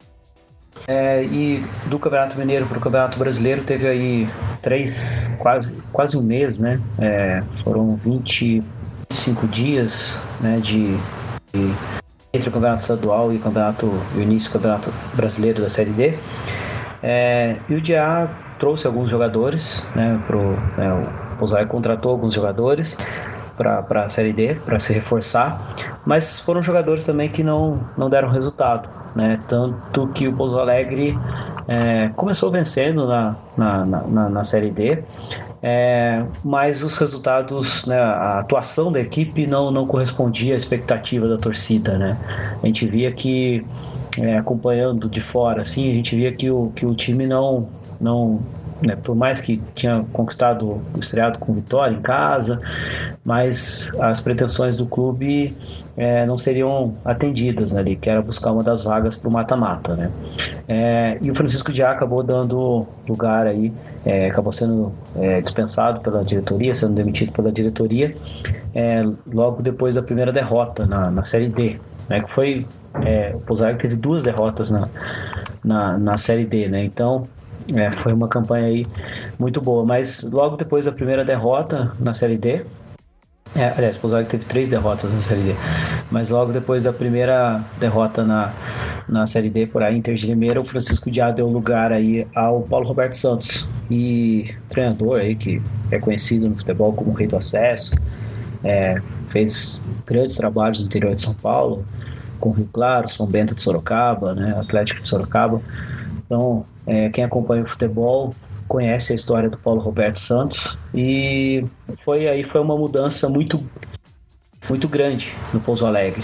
S3: E do Campeonato Mineiro para o Campeonato Brasileiro teve aí quase um mês, né? Foram 25 dias, né, entre o Campeonato Estadual e o início do Campeonato Brasileiro da Série D. E o Diá trouxe alguns jogadores, né? O Pouso Alegre contratou alguns jogadores para a Série D, para se reforçar, mas foram jogadores também que não deram resultado, né? Tanto que o Pouso Alegre começou vencendo na Série D, mas os resultados, né, a atuação da equipe não correspondia à expectativa da torcida, né? A gente via que, acompanhando de fora, assim, a gente via que o time não né, por mais que tinha estreado com vitória em casa, mas as pretensões do clube não seriam atendidas ali, que era buscar uma das vagas para o mata-mata, né? E o Francisco Diá acabou dando lugar aí, acabou sendo dispensado pela diretoria, sendo demitido pela diretoria, logo depois da primeira derrota na Série D, né, que foi, o Pouso Alegre teve 2 derrotas na Série D, né? Então foi uma campanha aí muito boa, mas logo depois da primeira derrota na Série D, aliás, o Pouso Alegre teve 3 derrotas na Série D, mas logo depois da primeira derrota na Série D por aí, Inter de Limeira, o Francisco Diá deu lugar aí ao Paulo Roberto Santos, e treinador aí que é conhecido no futebol como o Rei do Acesso, fez grandes trabalhos no interior de São Paulo, com Rio Claro, São Bento de Sorocaba, né, Atlético de Sorocaba. Então, quem acompanha o futebol conhece a história do Paulo Roberto Santos, e foi uma mudança muito, muito grande no Pouso Alegre,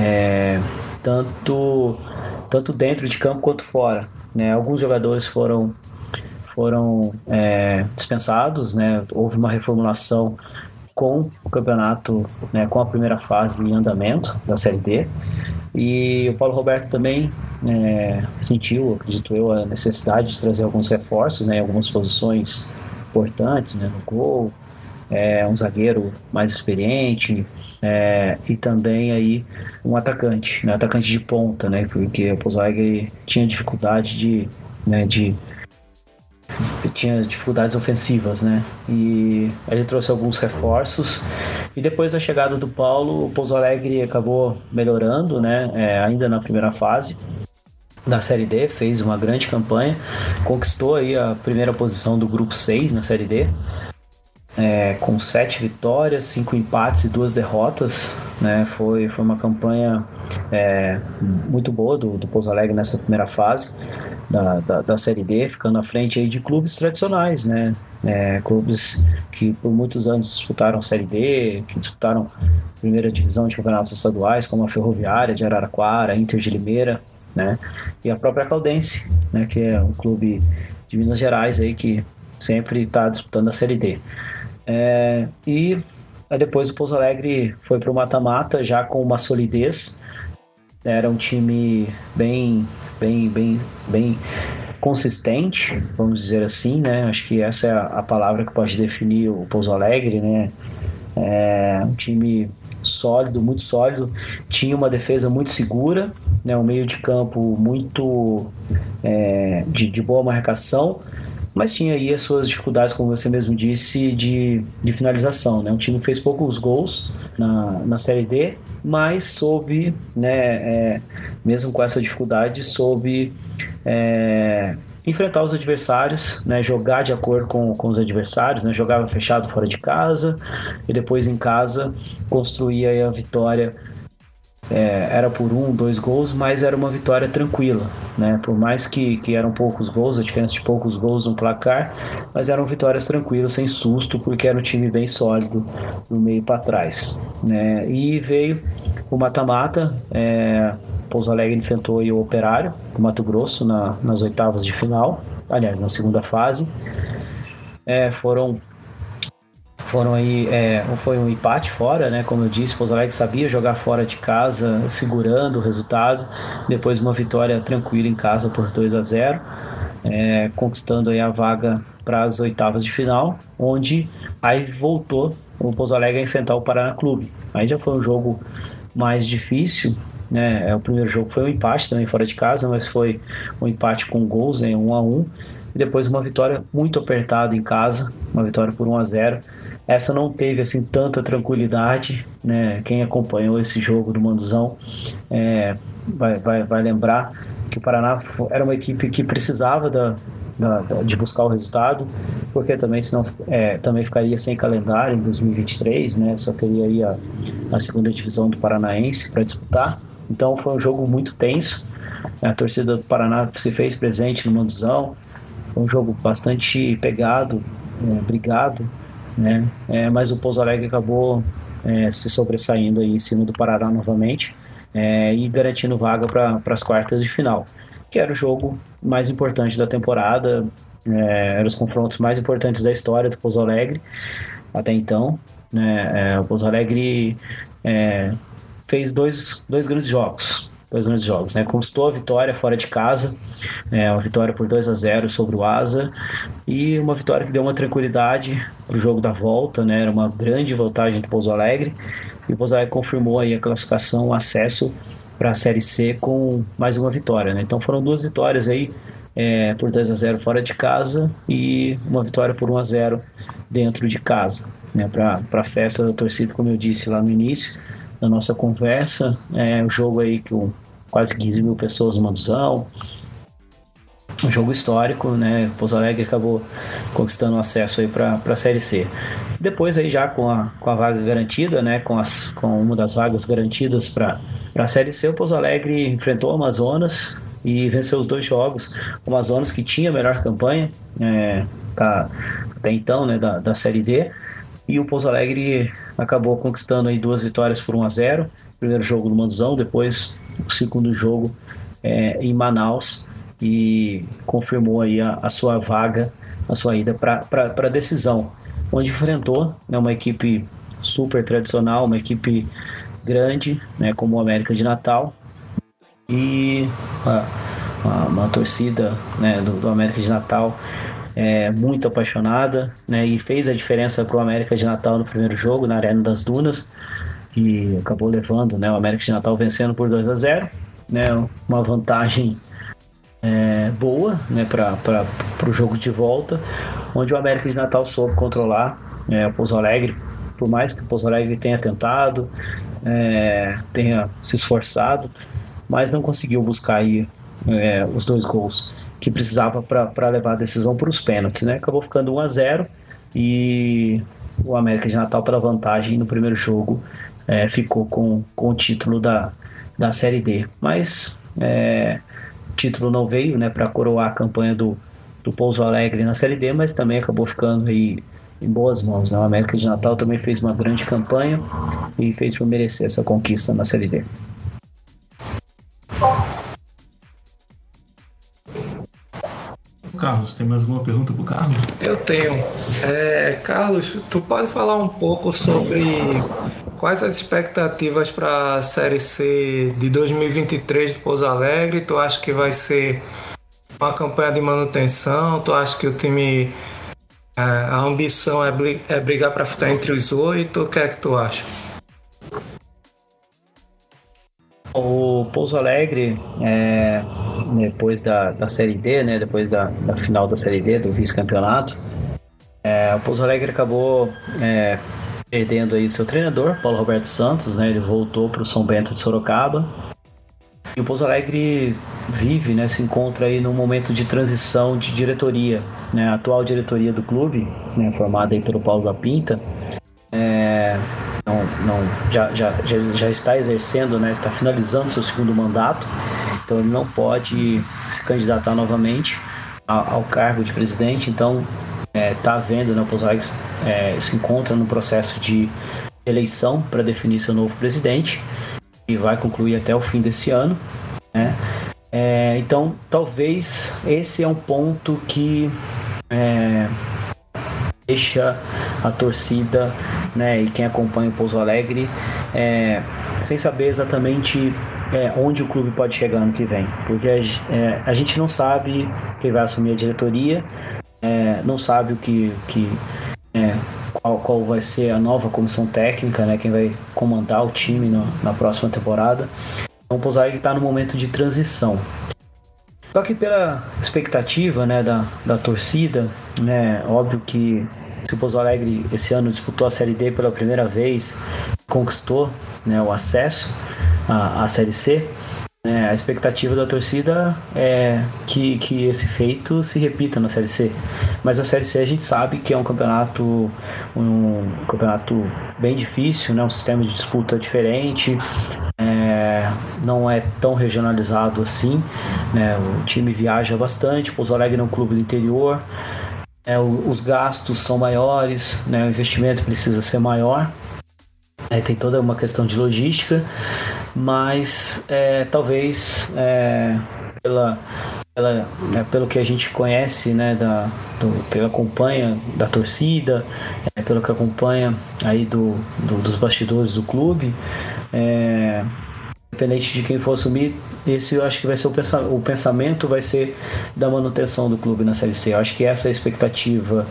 S3: tanto dentro de campo quanto fora, né? Alguns jogadores foram dispensados, né? Houve uma reformulação com o campeonato, né, com a primeira fase em andamento da Série D. E o Paulo Roberto também sentiu, acredito eu, a necessidade de trazer alguns reforços, né, em algumas posições importantes, né, no gol, um zagueiro mais experiente, e também aí um atacante, né, atacante de ponta, né, porque o Pouso Alegre tinha dificuldade tinha dificuldades ofensivas, né? E ele trouxe alguns reforços. E depois da chegada do Paulo, o Pouso Alegre acabou melhorando, né? Ainda na primeira fase da Série D, fez uma grande campanha, conquistou aí a primeira posição do Grupo 6 na Série D, com 7 vitórias, 5 empates e 2 derrotas, né? Foi uma campanha muito boa do Pouso Alegre nessa primeira fase da Série D, ficando à frente aí de clubes tradicionais, né? Clubes que por muitos anos disputaram Série D, que disputaram primeira divisão de campeonatos estaduais, como a Ferroviária de Araraquara, a Inter de Limeira, né? E a própria Caldense, né? Que é um clube de Minas Gerais aí que sempre está disputando a Série D. E aí depois o Pouso Alegre foi para o mata-mata já com uma solidez. Era um time bem consistente, vamos dizer assim, né? Acho que essa é a palavra que pode definir o Pouso Alegre, né? Um time sólido, muito sólido, tinha uma defesa muito segura, né? Um meio de campo muito de boa marcação, mas tinha aí as suas dificuldades, como você mesmo disse, de finalização, né? Um time que fez poucos gols na Série D, mas soube, né, mesmo com essa dificuldade, soube enfrentar os adversários, né, jogar de acordo com os adversários, né, jogava fechado fora de casa e depois em casa construía aí a vitória. Era por 1, 2 gols, mas era uma vitória tranquila, né? Por mais que eram poucos gols, a diferença de poucos gols no placar, mas eram vitórias tranquilas, sem susto, porque era um time bem sólido do meio para trás, né? E veio o mata-mata, Pouso Alegre enfrentou aí o Operário do Mato Grosso nas oitavas de final, aliás, na segunda fase. Foi um empate fora, né? Como eu disse, o Pouso Alegre sabia jogar fora de casa, segurando o resultado. Depois uma vitória tranquila em casa por 2-0, conquistando aí a vaga para as oitavas de final, onde aí voltou o Pouso Alegre a enfrentar o Paraná Clube. Aí já foi um jogo mais difícil, né? O primeiro jogo foi um empate também fora de casa, mas foi um empate com gols, 1-1. E depois uma vitória muito apertada em casa, uma vitória por 1-0. Essa não teve assim tanta tranquilidade, né? Quem acompanhou esse jogo do Manduzão vai lembrar que o Paraná era uma equipe que precisava de buscar o resultado, porque também senão também ficaria sem calendário em 2023, né? Só teria aí a segunda divisão do Paranaense para disputar. Então foi um jogo muito tenso. A torcida do Paraná se fez presente no Manduzão. Foi um jogo bastante pegado, brigado, né? Mas o Pouso Alegre acabou se sobressaindo aí em cima do Paraná novamente, e garantindo vaga para as quartas de final, que era o jogo mais importante da temporada, eram os confrontos mais importantes da história do Pouso Alegre até então, né? O Pouso Alegre fez dois grandes jogos, né? Conquistou a vitória fora de casa, uma vitória por 2-0 sobre o Asa, e uma vitória que deu uma tranquilidade para o jogo da volta, né? Era uma grande vantagem do Pouso Alegre, e o Pouso Alegre confirmou aí a classificação, o acesso para a Série C com mais uma vitória, né? Então foram 2 vitórias aí, por 2-0 fora de casa e uma vitória por 1-0 dentro de casa, né? Para a festa da torcida, como eu disse lá no início da nossa conversa, o jogo aí com quase 15 mil pessoas no Manduzão, um jogo histórico, né? O Pouso Alegre acabou conquistando acesso aí para a Série C. Depois aí já com a vaga garantida, né? Com uma das vagas garantidas para a Série C, o Pouso Alegre enfrentou o Amazonas e venceu os 2 jogos. O Amazonas, que tinha a melhor campanha até então, né? Da Série D, e o Pouso Alegre acabou conquistando aí 2 vitórias por 1-0. Primeiro jogo no Manduzão, depois o segundo jogo em Manaus, e confirmou aí a sua vaga, a sua ida para a decisão, onde enfrentou, né, uma equipe super tradicional, uma equipe grande, né, como o América de Natal, e uma torcida, né, do América de Natal muito apaixonada, né, e fez a diferença para o América de Natal no primeiro jogo, na Arena das Dunas, e acabou levando, né, o América de Natal vencendo por 2-0, né, uma vantagem boa, né, para o jogo de volta, onde o América de Natal soube controlar o Pouso Alegre, por mais que o Pouso Alegre tenha tentado, tenha se esforçado, mas não conseguiu buscar aí, os 2 gols que precisava para levar a decisão para os pênaltis, né? Acabou ficando 1-0 e o América de Natal, pela vantagem no primeiro jogo, ficou com o título da Série D. Mas o título não veio, né, para coroar a campanha do Pouso Alegre na Série D, mas também acabou ficando aí em boas mãos, né? O América de Natal também fez uma grande campanha e fez por merecer essa conquista na Série D.
S1: Carlos, tem mais alguma pergunta para o Carlos?
S4: Eu tenho. Carlos, tu pode falar um pouco sobre quais as expectativas para a Série C de 2023 de Pouso Alegre? Tu acha que vai ser uma campanha de manutenção? Tu acha que o time, a ambição é brigar para ficar entre os 8? O que é que tu acha?
S3: O Pouso Alegre, depois da Série D, né, depois da final da Série D, do vice-campeonato, o Pouso Alegre acabou perdendo aí o seu treinador, Paulo Roberto Santos, né, ele voltou para o São Bento de Sorocaba. E o Pouso Alegre vive, né, se encontra aí num momento de transição de diretoria, né, a atual diretoria do clube, né, formada aí pelo Paulo da Pinta, já está exercendo, né, está finalizando seu segundo mandato, então ele não pode se candidatar novamente ao cargo de presidente. Então está havendo, né, o Pouso Alegre se encontra no processo de eleição para definir seu novo presidente, e vai concluir até o fim desse ano, né? Então talvez esse é um ponto que deixa a torcida, né, e quem acompanha o Pouso Alegre sem saber exatamente onde o clube pode chegar ano que vem, porque a gente não sabe quem vai assumir a diretoria, não sabe qual vai ser a nova comissão técnica, né, quem vai comandar o time na próxima temporada. Então o Pouso Alegre está no momento de transição. Só que pela expectativa, né, da torcida, né, óbvio que se o Pouso Alegre esse ano disputou a Série D pela primeira vez, conquistou, né, o acesso à Série C, né, a expectativa da torcida é que esse feito se repita na Série C. Mas a Série C a gente sabe que é um campeonato bem difícil, né, um sistema de disputa diferente, não é tão regionalizado assim, né, o time viaja bastante, o Pouso Alegre é um clube do interior, os gastos são maiores, né, o investimento precisa ser maior, tem toda uma questão de logística, mas talvez pelo que a gente conhece, né, pelo que acompanha da torcida, pelo que acompanha aí dos bastidores do clube, independente de quem for assumir, esse eu acho que vai ser o pensamento vai ser da manutenção do clube na Série C. Eu acho que essa é a expectativa,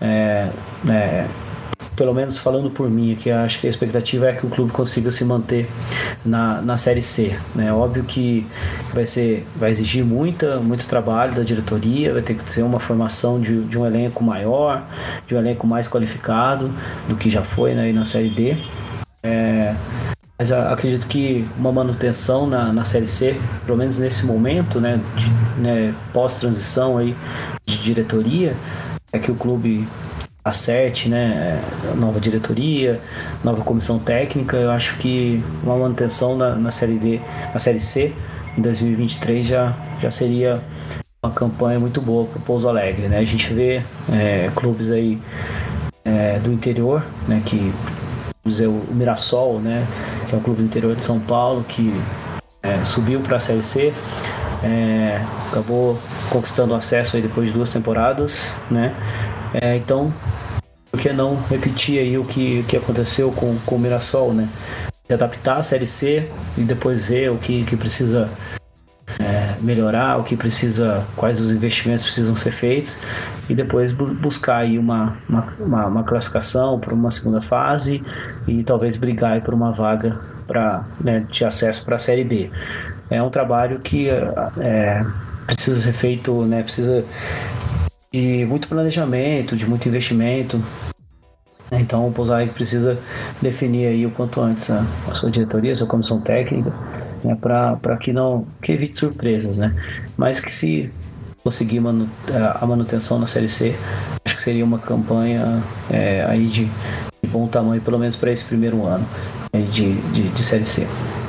S3: pelo menos falando por mim aqui, acho que a expectativa é que o clube consiga se manter na Série C, né? Óbvio que vai exigir muito trabalho da diretoria, vai ter que ter uma formação de um elenco maior, de um elenco mais qualificado do que já foi, né, na Série D. Mas acredito que uma manutenção na Série C, pelo menos nesse momento, né, pós-transição aí de diretoria, é que o clube acerte, né, nova diretoria, nova comissão técnica. Eu acho que uma manutenção na Série D, na Série C em 2023 já seria uma campanha muito boa para o Pouso Alegre, né? A gente vê clubes aí do interior, né, que o Mirassol, né, que é um clube do interior de São Paulo, que subiu para a Série C, acabou conquistando acesso aí depois de 2 temporadas, né? Então, por que não repetir aí o que aconteceu com o Mirassol, né? Se adaptar à Série C e depois ver o que precisa melhorar, o que precisa, quais os investimentos precisam ser feitos, e depois buscar aí uma classificação para uma segunda fase e talvez brigar aí por uma vaga de acesso para a Série B. É um trabalho que precisa ser feito, precisa de muito planejamento, de muito investimento. Então o Pouso Alegre precisa definir aí o quanto antes a sua diretoria, a sua comissão técnica, para que evite surpresas, mas que se conseguir a manutenção na Série C, acho que seria uma campanha aí de bom tamanho, pelo menos para esse primeiro ano de Série C.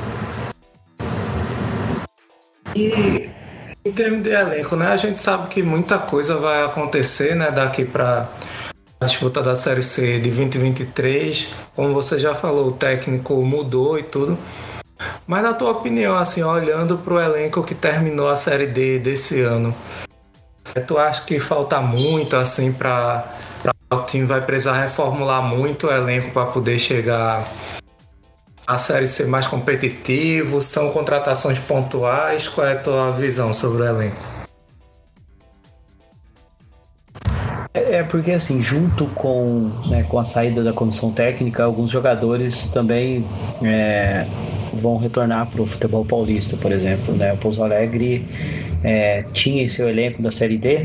S4: E em termos de elenco, a gente sabe que muita coisa vai acontecer, daqui para a disputa da Série C de 2023. Como você já falou, o técnico mudou e tudo. Mas na tua opinião, assim, olhando para o elenco que terminou a Série D desse ano, tu acha que falta muito, assim, para o time vai precisar reformular muito o elenco para poder chegar à Série C mais competitivo? São contratações pontuais? Qual é a tua visão sobre o elenco?
S3: Porque assim, junto com a saída da comissão técnica, alguns jogadores também vão retornar para o futebol paulista, por exemplo. O Pouso Alegre tinha em seu elenco da Série D,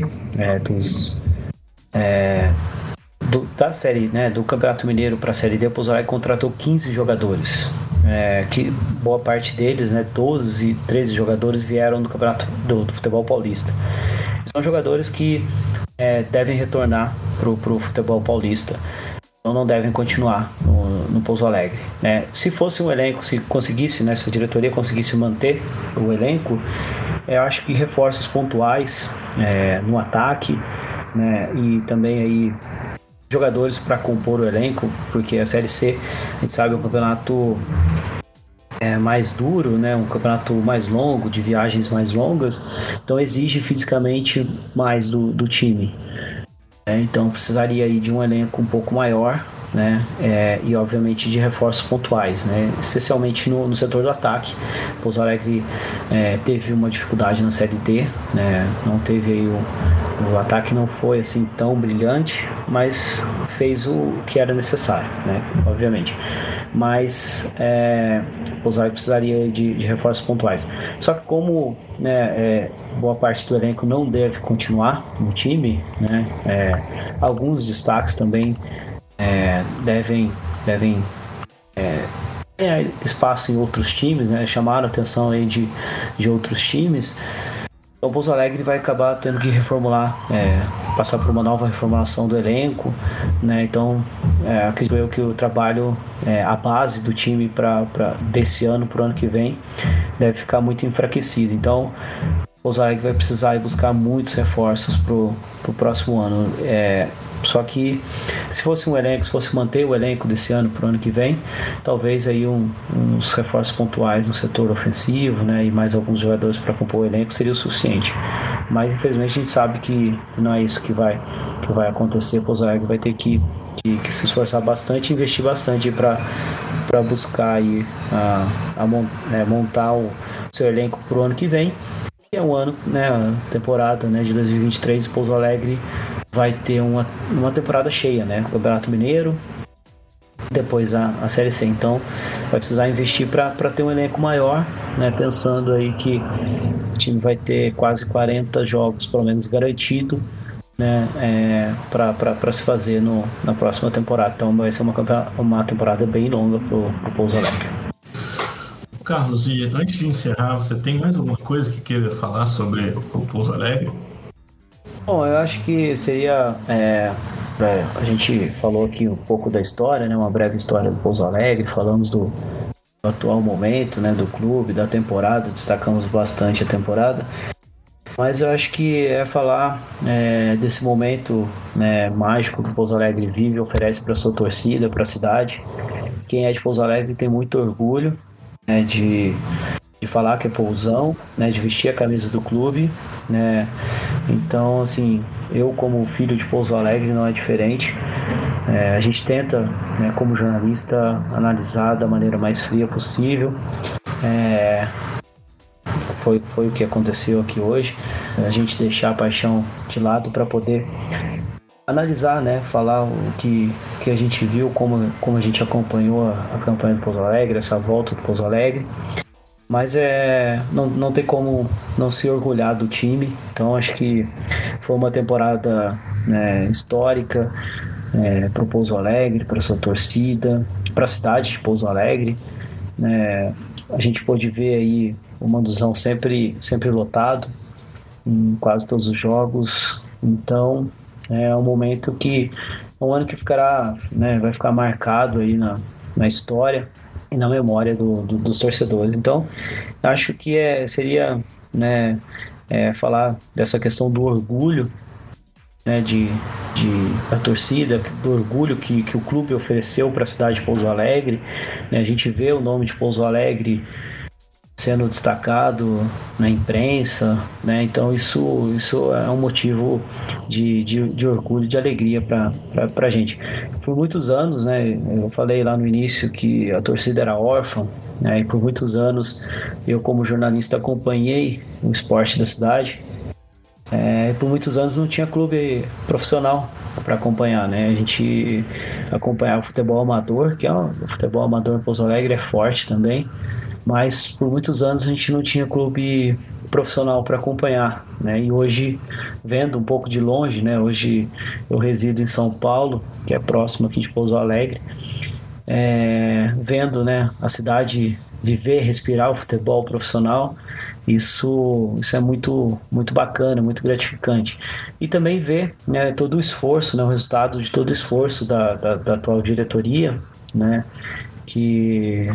S3: da série, do Campeonato Mineiro para a Série D. O Pouso Alegre contratou 15 jogadores, que boa parte deles, 12, 13 jogadores vieram do Campeonato do Futebol Paulista. São jogadores que devem retornar para o futebol paulista, então não devem continuar no Pouso Alegre. Se fosse um elenco, se conseguisse, se a diretoria conseguisse manter o elenco, eu acho que reforços pontuais no ataque, e também aí jogadores para compor o elenco, porque a Série C, a gente sabe, é um campeonato mais duro, um campeonato mais longo, de viagens mais longas, então exige fisicamente mais do time. Então precisaria aí de um elenco um pouco maior, e obviamente de reforços pontuais, especialmente no setor do ataque. O Pouso Alegre teve uma dificuldade na Série D, não teve aí o ataque, não foi assim tão brilhante, mas fez o que era necessário, obviamente. Mas o Pouso Alegre precisaria de reforços pontuais. Só que como boa parte do elenco não deve continuar no time, alguns destaques também devem ganhar espaço em outros times, chamaram a atenção aí de outros times. Então o Pouso Alegre vai acabar tendo que reformular, passar por uma nova reformulação do elenco, então acredito eu que o trabalho, a base do time desse ano para o ano que vem deve ficar muito enfraquecido. Então o Pouso Alegre vai precisar ir buscar muitos reforços para o próximo ano. Só que se fosse um elenco, se fosse manter o elenco desse ano para o ano que vem, talvez aí uns reforços pontuais no setor ofensivo, e mais alguns jogadores para compor o elenco seria o suficiente. Mas infelizmente a gente sabe que não é isso que vai acontecer. O Pouso Alegre vai ter que se esforçar bastante, investir bastante para buscar aí montar o seu elenco para o ano que vem. E é um ano, a temporada de 2023, o Pouso Alegre vai ter uma temporada cheia, o Campeonato Mineiro, depois a Série C. Então vai precisar investir para ter um elenco maior, pensando aí que o time vai ter quase 40 jogos pelo menos garantido, para se fazer na próxima temporada. Então vai ser uma temporada bem longa pro Pouso Alegre.
S1: Carlos, e antes de encerrar, você tem mais alguma coisa que queira falar sobre o Pouso Alegre?
S3: Bom, eu acho que seria... a gente falou aqui um pouco da história, uma breve história do Pouso Alegre, falamos do atual momento, do clube, da temporada, destacamos bastante a temporada. Mas eu acho que falar desse momento mágico que o Pouso Alegre vive e oferece para a sua torcida, para a cidade. Quem é de Pouso Alegre tem muito orgulho de falar que é pousão, de vestir a camisa do clube, Então, assim, eu como filho de Pouso Alegre não é diferente. A gente tenta, como jornalista, analisar da maneira mais fria possível. foi o que aconteceu aqui hoje. A gente deixar a paixão de lado para poder analisar, né, falar o que a gente viu, como a gente acompanhou a campanha do Pouso Alegre, essa volta do Pouso Alegre. Mas não tem como não se orgulhar do time. Então acho que foi uma temporada, né, histórica para o Pouso Alegre, para sua torcida, para a cidade de Pouso Alegre. A gente pôde ver aí o Manduzão sempre lotado em quase todos os jogos. Então é um momento um ano que ficará, né, vai ficar marcado aí na história e na memória dos torcedores. Então acho que seria, né, falar dessa questão do orgulho, né, da torcida, do orgulho que o clube ofereceu para a cidade de Pouso Alegre, né? A gente vê o nome de Pouso Alegre sendo destacado na imprensa, né? Então isso é um motivo de orgulho, de alegria para a gente. Por muitos anos, né, eu falei lá no início que a torcida era órfã, né, e por muitos anos eu, como jornalista, acompanhei o esporte da cidade. Por muitos anos não tinha clube profissional para acompanhar, né? A gente acompanhava o futebol amador, o futebol amador em Pouso Alegre é forte também, mas por muitos anos a gente não tinha clube profissional para acompanhar, né? E hoje, vendo um pouco de longe, né? Hoje eu resido em São Paulo, que é próximo aqui de Pouso Alegre, vendo, né, a cidade viver, respirar o futebol profissional, isso é muito, muito bacana, muito gratificante. E também ver, né, todo o esforço, né, o resultado de todo o esforço da atual diretoria, né, que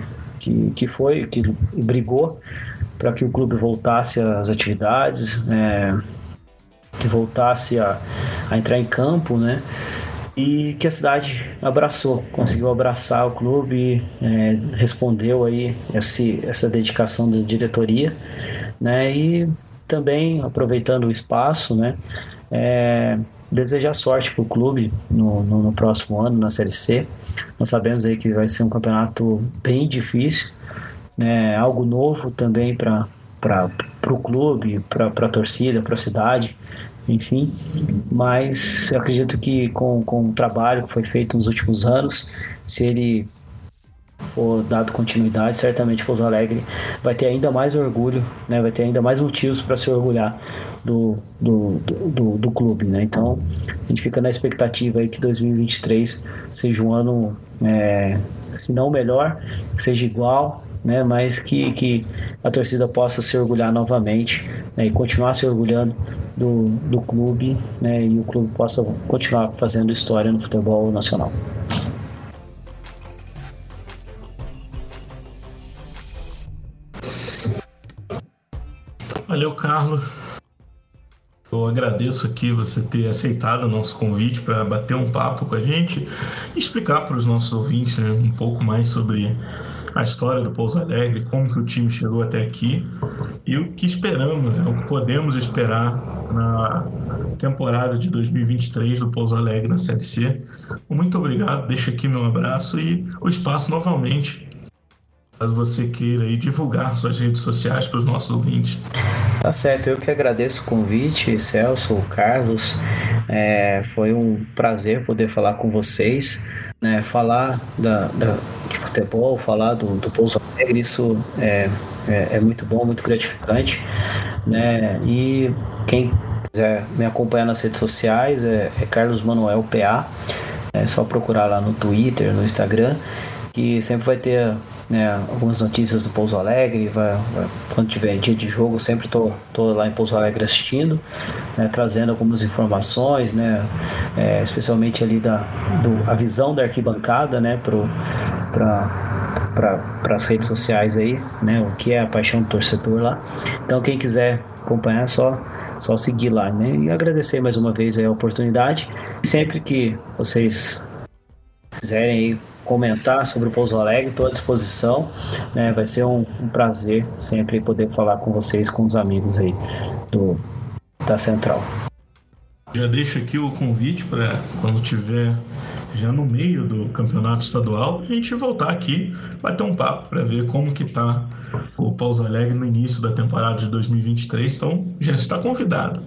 S3: brigou para que o clube voltasse às atividades, que voltasse a entrar em campo, né, e que a cidade conseguiu abraçar o clube, respondeu aí essa dedicação da diretoria, né, e também aproveitando o espaço, né, desejar sorte para o clube no próximo ano, na Série C. Nós sabemos aí que vai ser um campeonato bem difícil, né, algo novo também para o clube, para a torcida, para a cidade, enfim, mas eu acredito que com o trabalho que foi feito nos últimos anos, se ele for dado continuidade, certamente Pouso Alegre vai ter ainda mais orgulho, né? Vai ter ainda mais motivos para se orgulhar do clube, né? Então a gente fica na expectativa aí que 2023 seja um ano, se não melhor, que seja igual, né? Mas que a torcida possa se orgulhar novamente, né? E continuar se orgulhando do clube, né? E o clube possa continuar fazendo história no futebol nacional.
S1: Valeu, Carlos. Eu agradeço aqui você ter aceitado o nosso convite para bater um papo com a gente e explicar para os nossos ouvintes, né, um pouco mais sobre a história do Pouso Alegre, como que o time chegou até aqui e o que esperamos, né, o que podemos esperar na temporada de 2023 do Pouso Alegre na Série C. Muito obrigado, deixo aqui meu abraço e o espaço novamente, caso você queira aí divulgar suas redes sociais para os nossos ouvintes.
S3: Tá certo, eu que agradeço o convite, Celso, Carlos, foi um prazer poder falar com vocês, né, falar de futebol, falar do Pouso Alegre, isso é muito bom, muito gratificante, né, e quem quiser me acompanhar nas redes sociais é Carlos Manuel PA, é só procurar lá no Twitter, no Instagram, que sempre vai ter, né, algumas notícias do Pouso Alegre, quando tiver dia de jogo, sempre tô lá em Pouso Alegre assistindo, né, trazendo algumas informações, né, especialmente ali a visão da arquibancada, né, para as redes sociais aí, né, o que é a paixão do torcedor lá. Então quem quiser acompanhar, só seguir lá, né, e agradecer mais uma vez a oportunidade. Sempre que vocês quiserem aí comentar sobre o Pouso Alegre, estou à disposição, né? Vai ser um prazer sempre poder falar com vocês, com os amigos aí da Central.
S1: Já deixo aqui o convite para quando tiver já no meio do campeonato estadual, a gente voltar aqui, bater um papo para ver como que tá o Pouso Alegre no início da temporada de 2023. Então, já está convidado.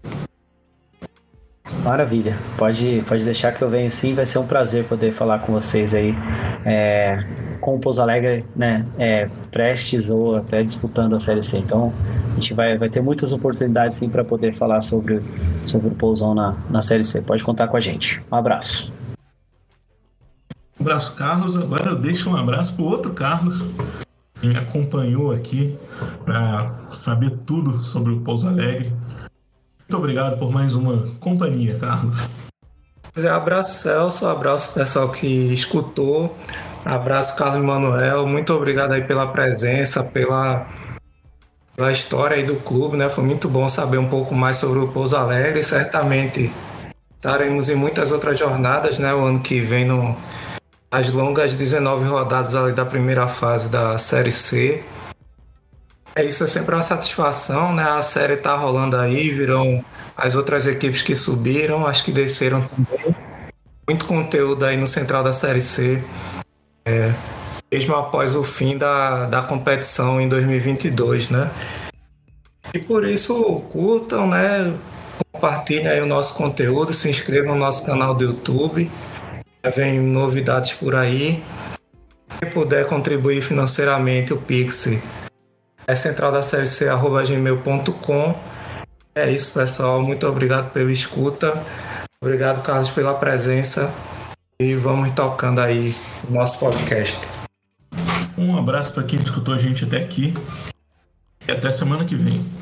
S3: Maravilha, pode deixar que eu venho sim, vai ser um prazer poder falar com vocês aí, com o Pouso Alegre, né, prestes ou até disputando a Série C. Então a gente vai ter muitas oportunidades sim para poder falar sobre o Pousão na Série C. Pode contar com a gente. Um abraço.
S1: Um abraço, Carlos. Agora eu deixo um abraço para o outro Carlos, que me acompanhou aqui para saber tudo sobre o Pouso Alegre. Muito obrigado por mais uma companhia, Carlos.
S4: Abraço, Celso. Abraço, pessoal que escutou. Abraço, Carlos Manuel. Muito obrigado aí pela presença, pela história aí do clube, né? Foi muito bom saber um pouco mais sobre o Pouso Alegre. Certamente estaremos em muitas outras jornadas, né? O ano que vem, as longas 19 rodadas ali da primeira fase da Série C. Isso é sempre uma satisfação, né? A série tá rolando aí, viram as outras equipes que subiram, acho que desceram também. Muito conteúdo aí no Central da Série C, mesmo após o fim da competição em 2022, né? E por isso, curtam, né? Compartilhem aí o nosso conteúdo, se inscrevam no nosso canal do YouTube. Vem novidades por aí. Quem puder contribuir financeiramente, o Pix é centraldaserc@gmail.com. É isso, pessoal. Muito obrigado pela escuta. Obrigado, Carlos, pela presença. E vamos tocando aí o nosso podcast.
S1: Um abraço para quem escutou a gente até aqui. E até semana que vem.